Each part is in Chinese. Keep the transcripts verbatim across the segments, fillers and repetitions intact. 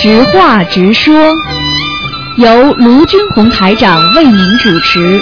直话直说，由卢军红台长为您主持。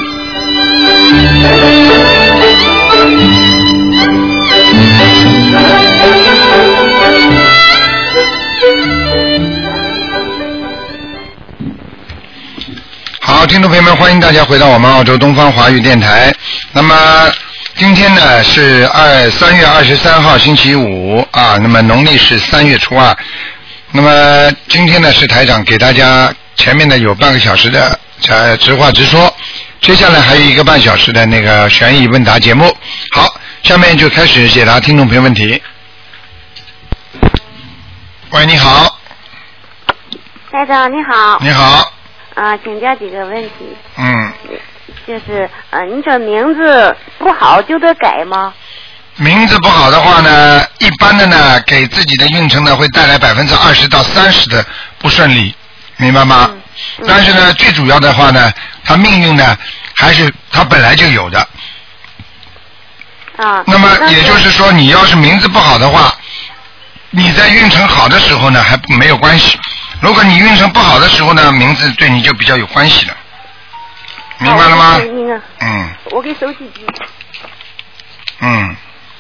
好，听众朋友们，欢迎大家回到我们澳洲东方华语电台。那么今天呢是二三月二十三号星期五啊，那么农历是三月初二。那么今天呢是台长给大家前面呢有半个小时的呃直话直说，接下来还有一个半小时的那个悬疑问答节目。好，下面就开始解答听众朋友问题。喂，你好。 台长你好。 你好。 啊、呃，请教几个问题。 嗯。 就是呃，你这名字不好就得改吗？ 名字不好的话呢，一般的呢，给自己的运程呢会带来百分之二十到三十的不顺利，明白吗？嗯嗯、但是呢，最主要的话呢，他命运呢还是他本来就有的。 啊。 那么也就是说，你要是名字不好的话，你在运程好的时候呢还没有关系。如果你运程不好的时候呢，名字对你就比较有关系了，明白了吗？嗯。 我给手机机。 嗯。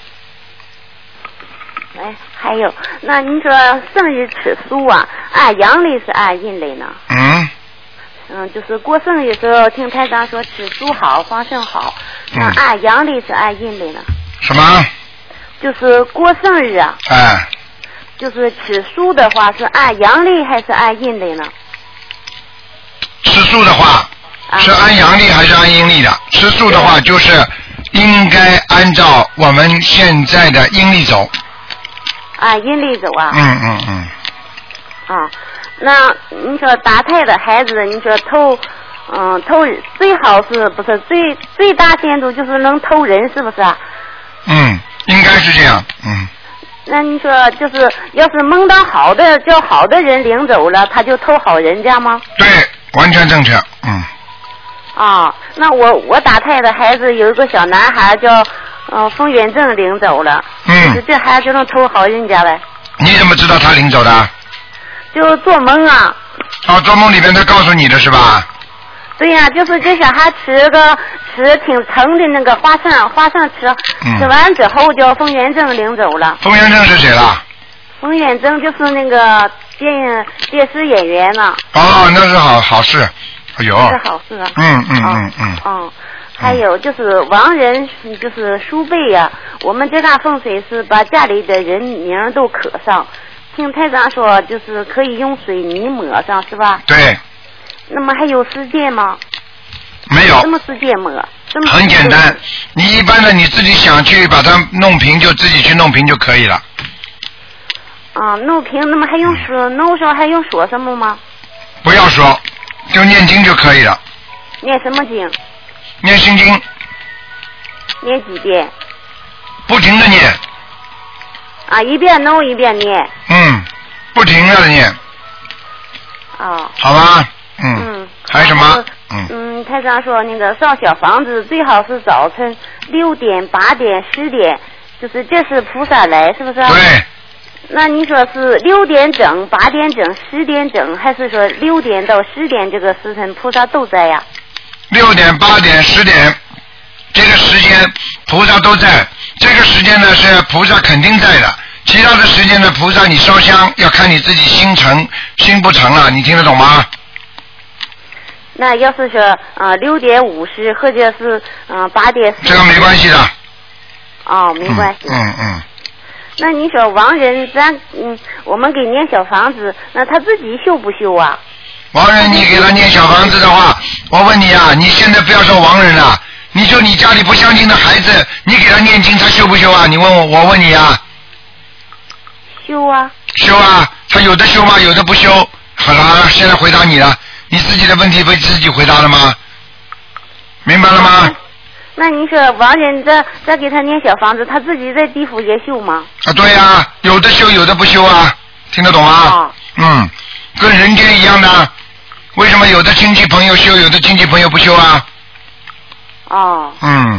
哎，还有，那您说生日吃素啊，按阳历是按阴历呢？ 嗯。 嗯，就是过生日时候听台长说吃素好，放生好，那按阳历是按阴历呢？ 什么？就是过生日啊。 哎。 就是吃素的话是按阳历还是按阴历呢？ 吃素的话、啊、是按阳历还是按阴历的？吃素的话就是应该按照我们现在的阴历走。 按阴历走啊？ 嗯嗯嗯。 啊，那你说打胎的孩子，你说投嗯投最好是不是最最大限度就是能投人，是不是啊？ 嗯，应该是这样。嗯。 那你说就是要是蒙到好的叫好的人领走了，他就投好人家吗？ 对，完全正确。嗯。 啊，那我我打胎的孩子有一个小男孩叫嗯冯远正领走了。 嗯。 这孩子就能投好人家呗？ 你怎么知道他领走的？ 就做梦啊。 哦，做梦里面他告诉你的是吧？ 对呀、啊，就是这小孩吃个吃挺撑的那个花生，花生吃、嗯、吃完之后叫冯元正领走了。 冯元正是谁啦？ 冯元正就是那个电影电视演员呢。 哦，那是好好事，有。 是好事啊。 嗯嗯嗯嗯。 嗯，还有就是亡人就是书背呀、啊，我们这嘎风水是把家里的人名都刻上，听台长说就是可以用水泥抹上，是吧？ 对。 那么还有时间吗？ 没有。 什么时间抹？ 很简单，你一般的你自己想去把它弄平，就自己去弄平就可以了。 啊，弄平，那么还用说、嗯、弄上还用说什么吗？ 不要说，就念经就可以了。 念什么经？ 念心经。 念几遍？ 不停的念。 啊，一遍弄一遍念。 嗯，不停的念。 哦。 好吧。嗯。 嗯。 还有什么？ 嗯。嗯，台长说那个上小房子最好是早晨六点、八点、十点，就是这是菩萨来，是不是？ 对。 那你说是六点整、八点整、十点整，还是说六点到十点这个时辰菩萨都在呀？ 六点、八点、十点，这个时间菩萨都在。这个时间呢是菩萨肯定在的，其他的时间呢菩萨你烧香要看你自己心诚心不诚了，你听得懂吗？ 那要是说呃六点五十或者是嗯八点， 这个没关系的。 哦，没关系。 嗯 嗯, 嗯。 那你说亡人咱嗯，我们给念小房子，那他自己修不修啊？ 亡人，你给他念小房子的话，我问你啊，你现在不要说亡人了，你说你家里不相信的孩子，你给他念经，他修不修啊？你问我，我问你啊。 修啊。 修啊，他有的修吗？有的不修。好了，现在回答你了。你自己的问题不自己回答了吗？明白了吗？ 那你说亡人再再给他念小房子，他自己在地府也修吗？ 啊，对呀、啊，有的修有的不修啊，听得懂吗？ 哦、 嗯，跟人间一样的，为什么有的亲戚朋友修，有的亲戚朋友不修啊？ 哦。 嗯。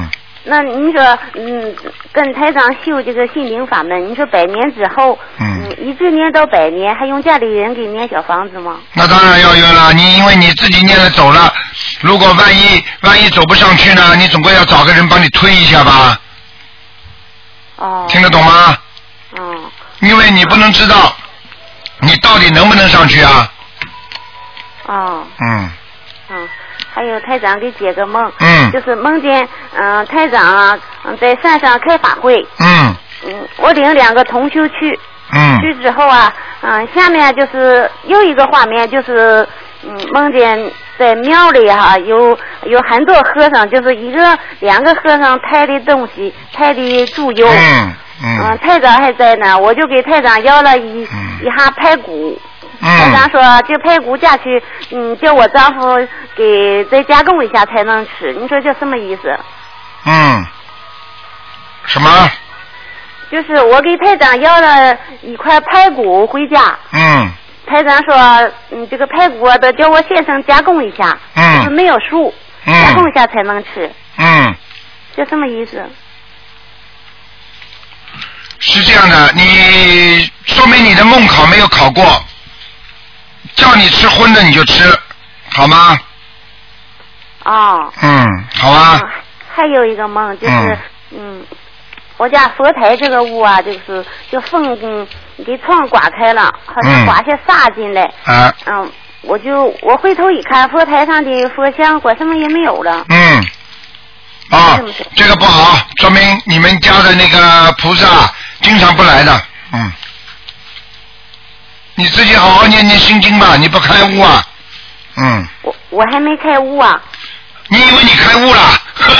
那您说，嗯，跟台长修这个心灵法门，你说百年之后， 嗯， 嗯一直念到百年，还用家里人给念小房子吗？ 那当然要用了，你因为你自己念了走了，如果万一万一走不上去呢，你总归要找个人帮你推一下吧。 哦。 听得懂吗？ 哦。 因为你不能知道，你到底能不能上去啊？ 哦。 嗯。 嗯。还有台长给解个梦， 嗯， 就是梦见，嗯、呃，台长啊，嗯，在山上开法会， 嗯， 嗯，我领两个同修去， 嗯， 去之后啊，嗯、呃，下面就是有一个画面，就是，嗯，梦见在庙里哈、啊，有有很多和尚，就是一个两个和尚抬的东西，抬的猪油， 嗯嗯， 嗯，台长还在呢，我就给台长要了一、嗯、一下排骨。台长说，这排骨下去，嗯，叫我丈夫给再加工一下才能吃。你说这什么意思？ 嗯，什么？ 就是我给台长要了一块排骨回家。 嗯。 台长说，嗯，这个排骨得叫我先生加工一下。 嗯。 就是没有熟， 嗯， 加工一下才能吃。 嗯。 这什么意思？ 是这样的，你说明你的梦考没有考过。叫你吃荤的你就吃，好吗？ 哦。 嗯，好啊。 嗯、还有一个梦就是，嗯，嗯我家佛台这个屋啊，就是就风嗯给窗刮开了，好像刮些沙进来。 啊。 嗯，我就我回头一看，佛台上的佛像或什么也没有了。 嗯。啊，这个不好，说明你们家的那个菩萨经常不来的，嗯。你自己好好念念心经吧，你不开悟啊？嗯。 我我还没开悟啊。 你以为你开悟了？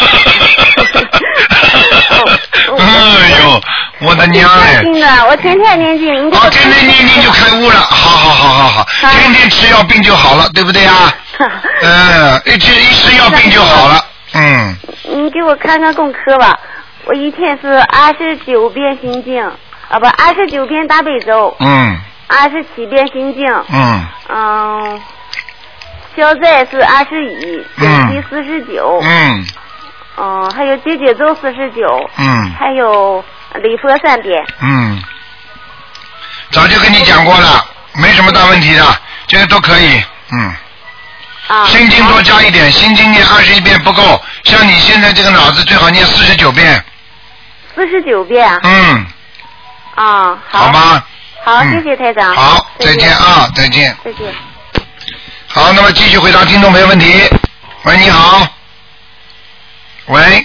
哎呦，我的娘哎！ 念经啊，我天天念经。 哦，天天念经就开悟了，好好好好好，天天吃药病就好了，对不对啊？嗯，一吃一吃药病就好了，嗯。 你给我看看功课吧，我一天是二十九遍心经，啊不，二十九遍大悲咒。 嗯。 二十七遍心经。 嗯。 嗯。消灾是二十一，准提四十九。 嗯。 嗯，还有解结咒四十九。 嗯。 还有礼佛三遍。 嗯。早就跟你讲过了，没什么大问题的，这个都可以。嗯。 啊。 心经多加一点，心经念二十一遍不够，像你现在这个脑子最好念四十九遍。 四十九遍。 嗯。 啊，好。 好吗？ 好，谢谢台长。 好，再见啊，再见。 再见。 好，那么继续回答听众朋友问题。喂，你好。喂。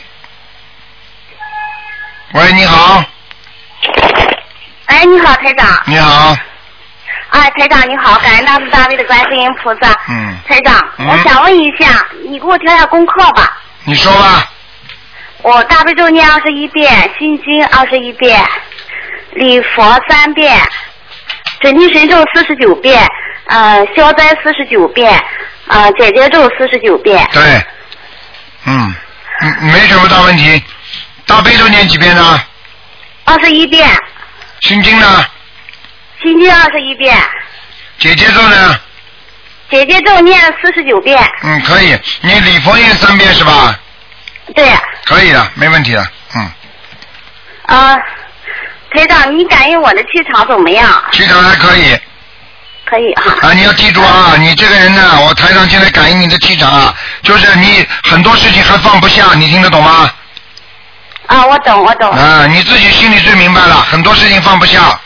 喂，你好。 哎，你好，台长。 你好。 哎，台长你好，感恩大慈大悲的观世音菩萨。 嗯。 台长， 嗯、 我想问一下，你给我调下功课吧。 你说吧。 我大悲咒念二十一遍，心经二十一遍。礼佛三遍，准提神咒四十九遍，呃，消灾四十九遍，呃，解结咒四十九遍。 对，嗯，没什么大问题。大悲咒念几遍呢？ 二十一遍。 心经呢？ 心经二十一遍。 解结咒呢？ 解结咒念四十九遍。 嗯，可以。你礼佛念三遍是吧？ 对。 可以的，没问题的，嗯。 啊。台长，你感应我的气场怎么样？ 气场还可以。 可以哈。 啊，你要记住啊，你这个人呢，我台上现在感应你的气场啊，就是你很多事情还放不下，你听得懂吗？ 啊，我懂，我懂。 啊，你自己心里最明白了，很多事情放不下。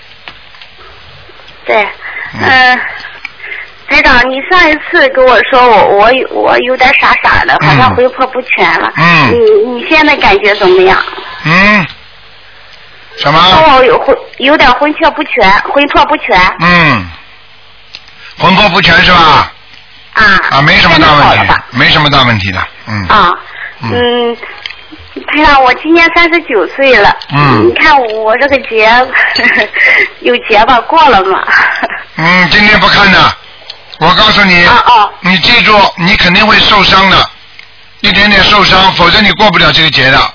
对，嗯、呃，台长，你上一次跟我说我我我有点傻傻的，好像魂魄不全了。 嗯。 你你现在感觉怎么样？ 嗯。什么？ 我有魂，有点魂魄不全，魂魄不全。 嗯，魂魄不全是吧？ 啊。 啊，没什么大问题，没什么大问题的，嗯。 啊，嗯，台长，我今年三十九岁了。 嗯。 你看我这个节有节吧，过了吗？ 嗯，今天不看的，我告诉你。 啊哦。 你记住，你肯定会受伤的，一点点受伤，否则你过不了这个节的。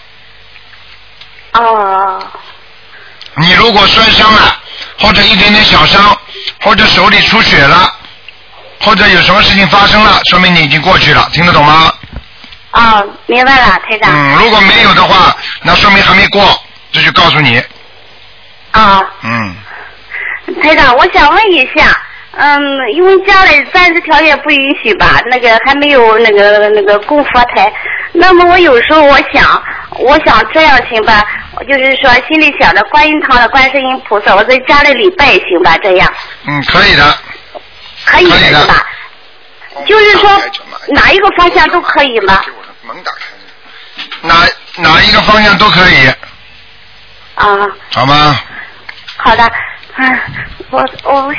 哦。 你如果摔伤了，或者一点点小伤，或者手里出血了，或者有什么事情发生了，说明你已经过去了，听得懂吗？ 啊，明白了，台长。 嗯，如果没有的话，那说明还没过，这就告诉你。 啊。 嗯。 台长，我想问一下，嗯，因为家里暂时条件不允许吧，那个还没有那个那个供佛台，那么我有时候我想，我想这样行吧，就是说心里想着观音堂的观世音菩萨，我在家里礼拜行吧？这样。 嗯，可以的。 可以的是吧？就是说哪一个方向都可以吗？ 门打开。哪哪一个方向都可以。 啊。 好吗？ 好的，嗯，我我。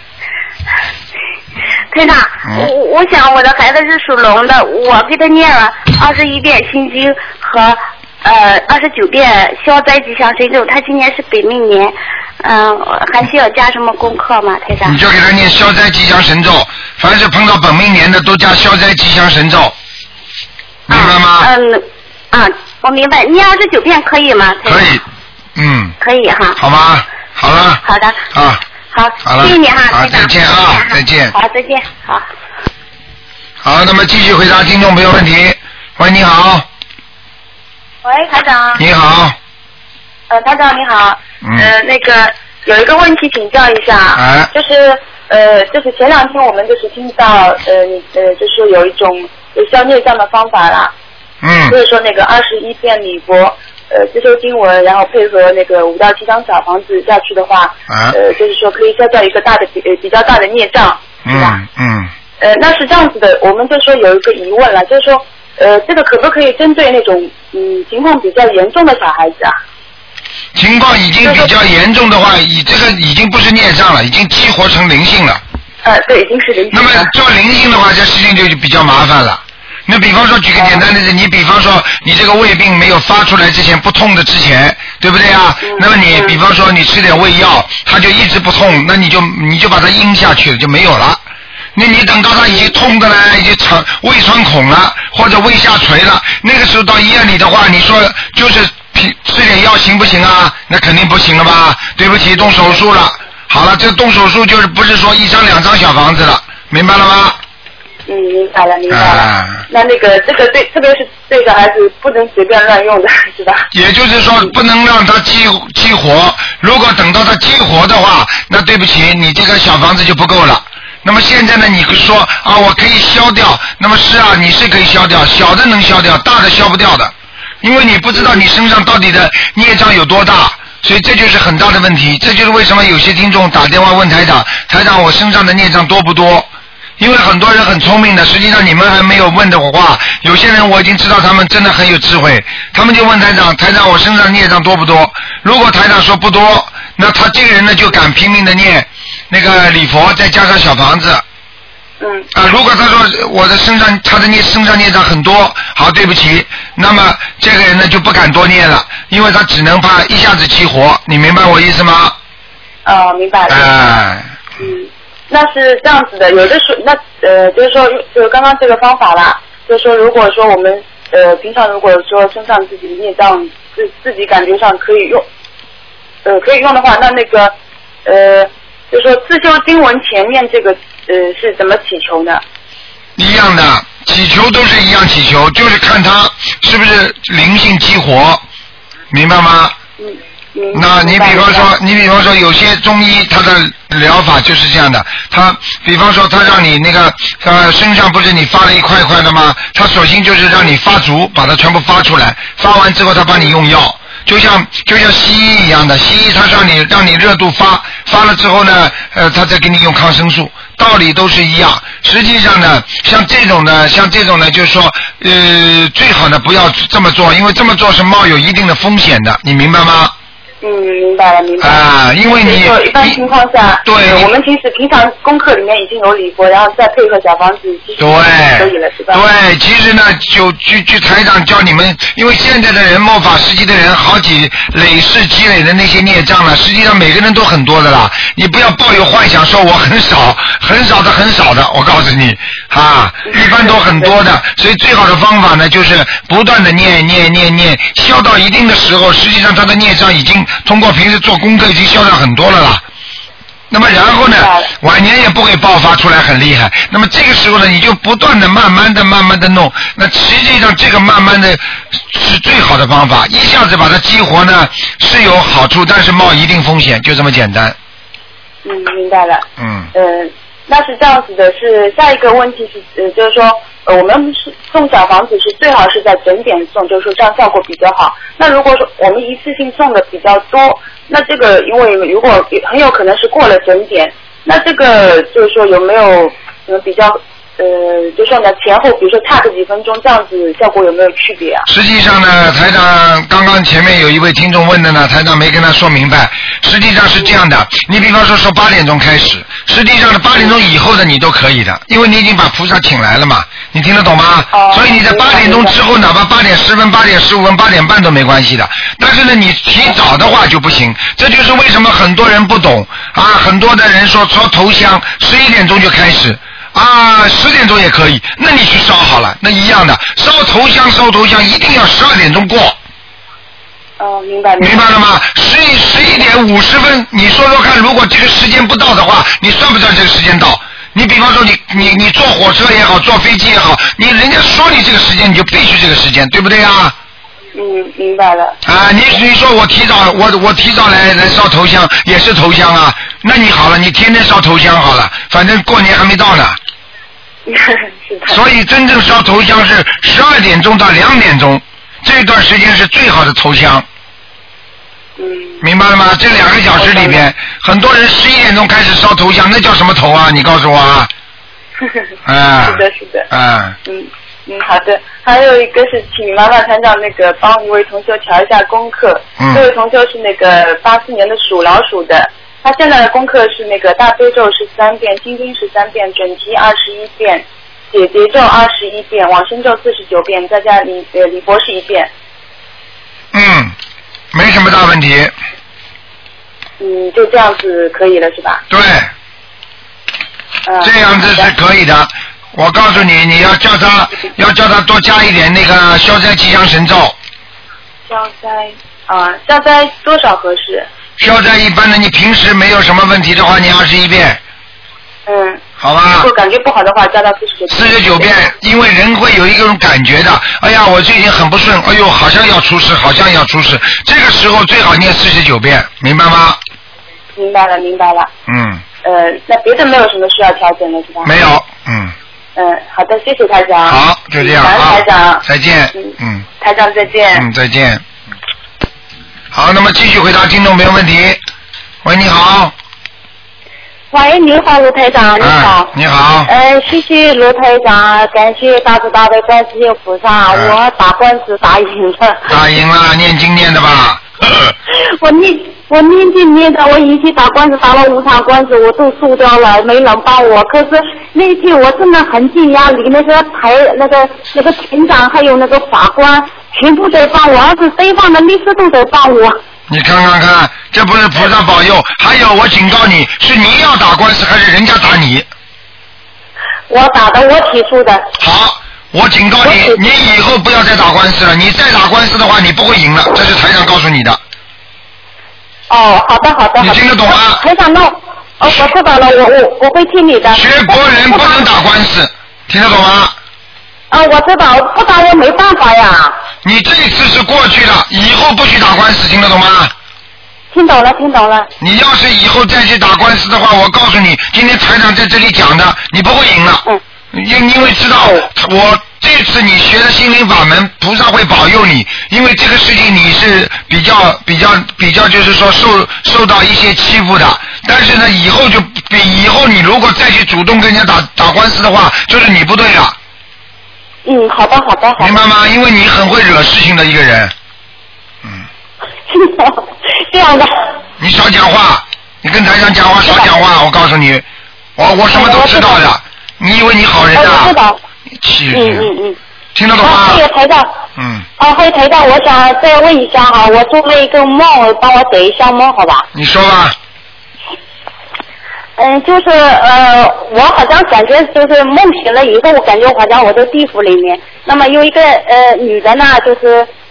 台长，我我想我的孩子是属龙的，我给他念了二十一遍心经和呃二十九遍消灾吉祥神咒，他今年是本命年，嗯、呃，还需要加什么功课吗，台长？ 你就给他念消灾吉祥神咒，凡是碰到本命年的都加消灾吉祥神咒，明白吗？ 啊嗯啊，我明白，念二十九遍可以吗？ 可以，嗯。 可以哈。 好吗？好了。 好的。 啊。 好， 好了， 谢谢你哈， 好，再见啊，再见。 好，再见，好。 好，那么继续回答听众朋友问题。喂，你好。 喂，台长。 你好。 呃，台长你好。 嗯。 呃，那个有一个问题请教一下。 哎。 就是呃，就是前两天我们就是听到呃，你呃，就是说有一种消孽障的方法啦。 嗯。 就是说那个二十一遍礼佛。呃，自修经文，然后配合那个五到七张小房子下去的话， 啊、 呃，就是说可以消掉一个大的比呃比较大的孽障，是吧？ 嗯嗯。 呃，那是这样子的，我们就说有一个疑问了，就是说，呃，这个可不可以针对那种嗯情况比较严重的小孩子啊？ 情况已经比较严重的话，以这个已经不是孽障了，已经激活成灵性了。 呃，对，已经是灵性了。 那么做灵性的话，这事情就比较麻烦了。那比方说，举个简单的例，你比方说，你这个胃病没有发出来之前，不痛的之前，对不对啊？那么你比方说，你吃点胃药，它就一直不痛，那你就你就把它阴下去了，就没有了。那你等到它已经痛的呢，已经肠胃穿孔了，或者胃下垂了，那个时候到医院里的话，你说就是吃点药行不行啊？那肯定不行了吧？对不起，动手术了。好了，这动手术就是不是说一张两张小房子了，明白了吗？ 嗯，明白了，明白了。 啊、 那那个这个对，特别是对小孩子不能随便乱用的，是吧？ 也就是说，不能让他激激活。如果等到他激活的话，那对不起，你这个小房子就不够了。那么现在呢，你说啊，我可以消掉。那么是啊，你是可以消掉，小的能消掉，大的消不掉的，因为你不知道你身上到底的孽障有多大。所以这就是很大的问题。这就是为什么有些听众打电话问台长，台长我身上的孽障多不多？因为很多人很聪明的，实际上你们还没有问的话，有些人我已经知道他们真的很有智慧，他们就问台长，台长我身上孽障多不多？如果台长说不多，那他这个人呢就敢拼命的念那个礼佛，再加上小房子。 嗯。 啊，如果他说我的身上他的孽身上孽障很多，好，对不起，那么这个人呢就不敢多念了，因为他只能怕一下子激活，你明白我意思吗？ 哦，明白了。 哎。 嗯。那是这样子的，有的时候那呃，就是说，就是刚刚这个方法啦，就是说，如果说我们呃平常如果说身上自己的孽障自自己感觉上可以用，呃可以用的话，那那个呃，就是说自修经文前面这个呃是怎么祈求呢？ 一样的，祈求都是一样祈求，就是看他是不是灵性激活，明白吗？ 嗯。 那你比方说，你比方说，有些中医他的疗法就是这样的，他比方说他让你那个呃身上不是你发了一块块的吗？他索性就是让你发足，把它全部发出来，发完之后他帮你用药，就像就像西医一样的，西医他让你让你热度发，发了之后呢，呃他再给你用抗生素，道理都是一样。实际上呢，像这种呢，像这种呢，就是说呃最好呢不要这么做，因为这么做是冒有一定的风险的，你明白吗？ 嗯，明白了，明白了。 啊，因为你说一般情况下， 对， 我们其实平常功课里面已经有礼佛，然后再配合小房子，其实可以了，是吧？ 对，其实呢，就据据台长教你们，因为现在的人末法时期的人，好几累世积累的那些孽障了，实际上每个人都很多的啦。你不要抱有幻想，说我很少，很少的，很少的，我告诉你，啊，一般都很多的。所以最好的方法呢，就是不断的念念念念，消到一定的时候，实际上他的孽障已经通过平时做功课已经消掉很多了啦。 那么然后呢，晚年也不会爆发出来很厉害。那么这个时候呢，你就不断的、慢慢的、慢慢的弄。那实际上这个慢慢的是最好的方法，一下子把它激活呢是有好处，但是冒一定风险，就这么简单。 嗯，明白了。 嗯。 呃，那是这样子的，是下一个问题是，呃，就是说，呃，我们是送小房子是最好是在整点送，就是说这样效果比较好。那如果说我们一次性送的比较多，那这个因为如果很有可能是过了整点，那这个就是说有没有呃比较呃，就说呢前后，比如说差个几分钟，这样子效果有没有区别啊？ 实际上呢，台长刚刚前面有一位听众问的呢，台长没跟他说明白。实际上是这样的，你比方说说八点钟开始，实际上呢八点钟以后的你都可以的，因为你已经把菩萨请来了嘛，你听得懂吗？哦、所以你在八点钟之后，哪怕八点十分、八点十五分、八点半都没关系的。但是呢，你提早的话就不行，这就是为什么很多人不懂啊，很多的人说烧头香十一点钟就开始。啊，十点钟也可以，那你去烧好了，那一样的，烧头香烧头香一定要十二点钟过。 哦，明白明白。 明白了吗？十一十一点五十分，你说说看，如果这个时间不到的话，你算不算这个时间到？你比方说你你你坐火车也好，坐飞机也好，你人家说你这个时间，你就必须这个时间，对不对啊？ 嗯，明白了。 啊，你你说我提早我我提早来来烧头香也是头香啊，那你好了，你天天烧头香好了，反正过年还没到呢。所以真正烧头香是十二点钟到两点钟，这段时间是最好的头香。 嗯。 明白了吗？这两个小时里边，很多人十一点钟开始烧头香，那叫什么头啊？你告诉我啊。啊。 是的，是的。 啊。 嗯嗯，好的。还有一个是，请麻烦团长那个帮一位同学调一下功课。嗯。这位同学是那个八四年的属老鼠的。他现在的功课是那个大悲咒十三遍，心经十三遍，准提二十一遍，解结咒二十一遍，往生咒四十九遍，再加礼呃礼佛是一遍。 嗯，没什么大问题。 嗯，就这样子可以了是吧？ 对。嗯。这样子是可以的。我告诉你，你要叫他要叫他多加一点那个消灾吉祥神咒。 消灾啊，消灾多少合适？ 消灾一般的，你平时没有什么问题的话，你二十一遍。 嗯。 好吧。 如果感觉不好的话，加到四十九。 四十九遍，因为人会有一种感觉的，哎呀，我最近很不顺，哎呦，好像要出事，好像要出事，这个时候最好念四十九遍，明白吗？ 明白了，明白了。 嗯。 呃，那别的没有什么需要调整的是吧？ 没有，嗯。 嗯，好的，谢谢台长。 好，就这样啊。 台长。 再见。 嗯。 嗯。 台长再见。 嗯，再见。好，那么继续回答听众没有问题。喂，你好。 喂，你好，卢台长，你好。 嗯、你好。 呃，谢谢卢台长，感谢大慈大悲观世音菩萨，嗯、我打官司打赢了。 打赢了，念经念的吧？ 我念我念经念的，我以前打官司打了五场官司，我都输掉了，没人帮我。可是那天我真的很惊讶，里那个台那个那个庭长还有那个法官全部都帮我，而且对方的律师都得帮我。 你看看看，这不是菩萨保佑？还有，我警告你，是你要打官司还是人家打你？ 我打的，我提出的。 好，我警告你，你以后不要再打官司了。你再打官司的话，你不会赢了，这是台长告诉你的。 哦，好的，好的。 你听得懂吗？ 台长，那哦，我知道了，我我我会听你的。 学佛人不能打官司，听得懂吗？ 啊，我知道，不打我没办法呀。 你这一次是过去了，以后不许打官司，听得懂吗？ 听懂了，听懂了。 你要是以后再去打官司的话，我告诉你，今天台长在这里讲的，你不会赢了。嗯。因因为知道我这次你学的心灵法门，菩萨会保佑你，因为这个事情你是比较比较比较就是说受受到一些欺负的，但是呢，以后就比以后你如果再去主动跟人家打打官司的话，就是你不对了。 嗯，好的，好的，好的。 明白吗？因为你很会惹事情的一个人。嗯。 这样的。 你少讲话，你跟台长讲话少讲话，我告诉你，我我什么都知道的。你以为你好人啊？ 我知道。 气嗯嗯嗯。 听得懂吗？ 啊，还有台长。 嗯。 啊，还有台长，我想再问一下哈，我做了一个梦，帮我解一下梦，好吧？ 你说吧。 嗯，就是呃，我好像感觉就是梦醒了以后，我感觉好像我在地府里面。那么有一个呃女的呢，就是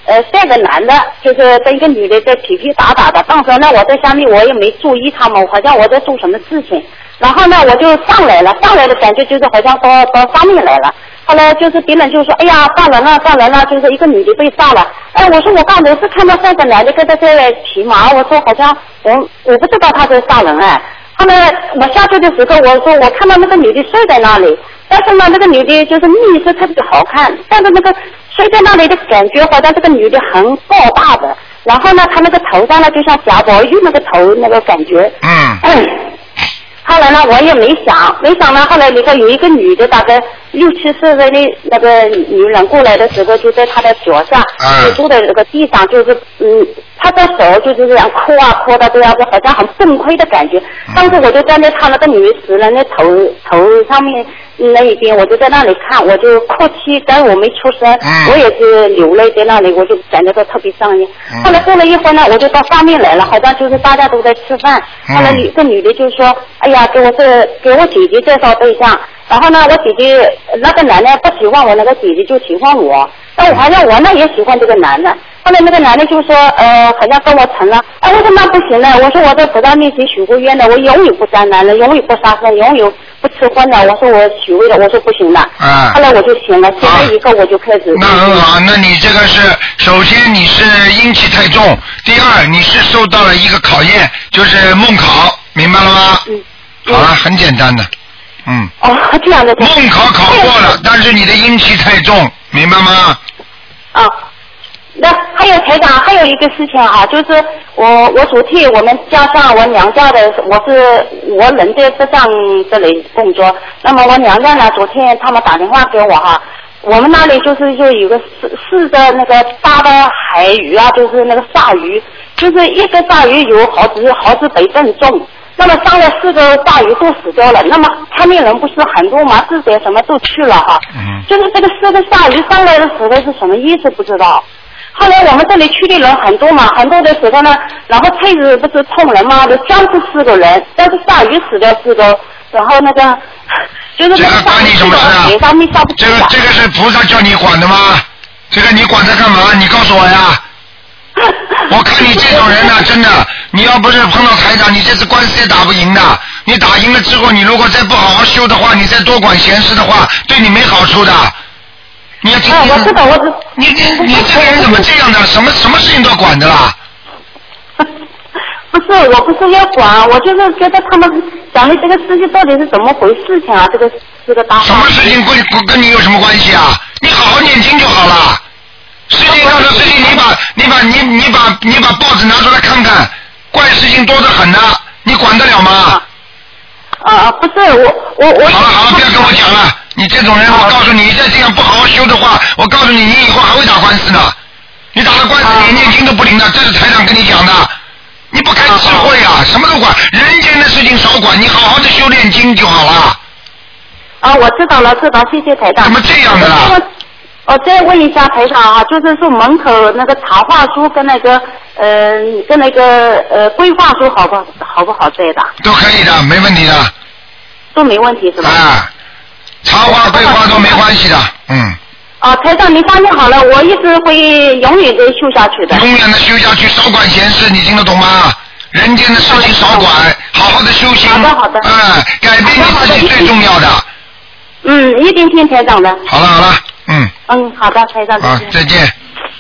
呃三个男的，就是跟一个女的在皮皮打打的。当时呢我在下面我也没注意他们，好像我在做什么事情。然后呢我就上来了，上来的感觉就是好像到到上面来了。后来就是别人就说，哎呀杀人了杀人了，就是一个女的被杀了。哎，我说我刚才是看到三个男的跟他在骑马，我说好像我我不知道他在杀人哎。后来我下去的时候，我说我看到那个女的睡在那里，但是呢那个女的就是面色特别好看，但是那个睡在那里的感觉好像这个女的很高大的，然后呢她那个头上呢就像贾宝玉那个头那个感觉。 嗯。 嗯后来呢，我也没想，没想呢。后来那个有一个女的，大概六七十岁的那个女人过来的时候，就在她的脚下，就坐在那个地上，就是嗯，她的手就是这样哭啊哭的这样子，好像很崩溃的感觉。当时我就站在她那个女死人的头头上面那一边，我就在那里看，我就哭泣，但是我没出声，我也是流泪在那里，我就感觉到特别伤心。后来过了一会儿呢，我就到上面来了，好像就是大家都在吃饭。后来一个女的就说：“哎呀，给我这给我姐姐介绍对象。”然后呢，我姐姐那个男的不喜欢我，那个姐姐就喜欢我。但我好像我呢也喜欢这个男的。后来那个男的就说：“呃，好像跟我成了。”哎，我说那不行了，我说我在菩萨面前许过愿的，我永远不杀男人，永远不杀生，永远不吃荤的。我说我许愿了，我说不行了。 啊。 后来我就醒了，醒了以后我就开始。 那很好，那你这个是首先你是阴气太重，第二你是受到了一个考验，就是梦考，明白了吗？嗯。好了，很简单的。嗯。 哦，这样的。 梦考考过了，但是你的阴气太重，明白吗？ 啊。那还有台长，还有一个事情哈、啊，就是我我昨天我们家上我娘家的，我是我人在浙江这里工作，那么我娘家呢，昨天他们打电话给我哈，我们那里就是就有个四四个那个大的海鱼啊，就是那个鲨鱼，就是一个鲨鱼有好几好几百吨重。那么上了四个鲨鱼都死掉了，那么看病人不是很多嘛，治点什么都去了哈。嗯。就是这个四个鲨鱼上来的时候是什么意思不知道。后来我们这里去的人很多嘛，很多的时候呢，然后车子不是冲人嘛，就僵尸四个人，但是鲨鱼死掉四个，然后那个就是那个鲨鱼死到水上面下不去。 这个这个是菩萨叫你管的吗？这个你管他干嘛？你告诉我呀。我看你这种人呢、啊，真的，你要不是碰到台长，你这次官司也打不赢的。你打赢了之后，你如果再不好好修的话，你再多管闲事的话，对你没好处的。你要听听。 我知道，我知。 你你你这个人怎么这样的？什么什么事情都管的啦？ 不是，我不是要管，我就是觉得他们讲的这个事情到底是怎么回事情啊？这个这个大。 什么事情跟跟你有什么关系啊？你好好念经就好了。世界上的事情，你把你把你你把你把报纸拿出来看看，怪事情多得很呢，你管得了吗？ 啊啊，不是我我我。 好了好了，不要跟我讲了。你这种人，我告诉你，你再这样不好好修的话，我告诉你，你以后还会打官司呢。你打了官司，你念经都不灵的，这是台长跟你讲的。你不开智慧啊，什么都管，人间的事情少管，你好好的修炼经就好了。 啊，我知道了，知道，谢谢台长。 怎么这样的啦？ 我再问一下台长啊，就是说门口那个茶话书跟那个呃跟那个呃规划书好不好不好带的？ 都可以的，没问题的。 都没问题是吧？ 啊，茶话规划都没关系的，嗯。 啊，台长，你放心好了，我一直会永远都修下去的。 永远的修下去，少管闲事，你听得懂吗？人间的事情少管，好好的修行。 好的好的。 哎，改变你自己最重要的。 嗯，一定听台长的。 好了好了，嗯。 嗯，好的，台长。 好，再见。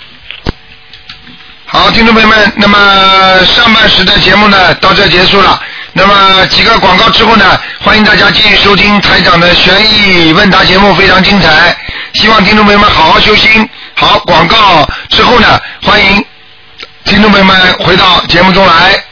好，听众朋友们，那么上半时的节目呢到这结束了。那么几个广告之后呢，欢迎大家继续收听台长的悬疑问答节目，非常精彩。希望听众朋友们好好修心。好，广告之后呢，欢迎听众朋友们回到节目中来。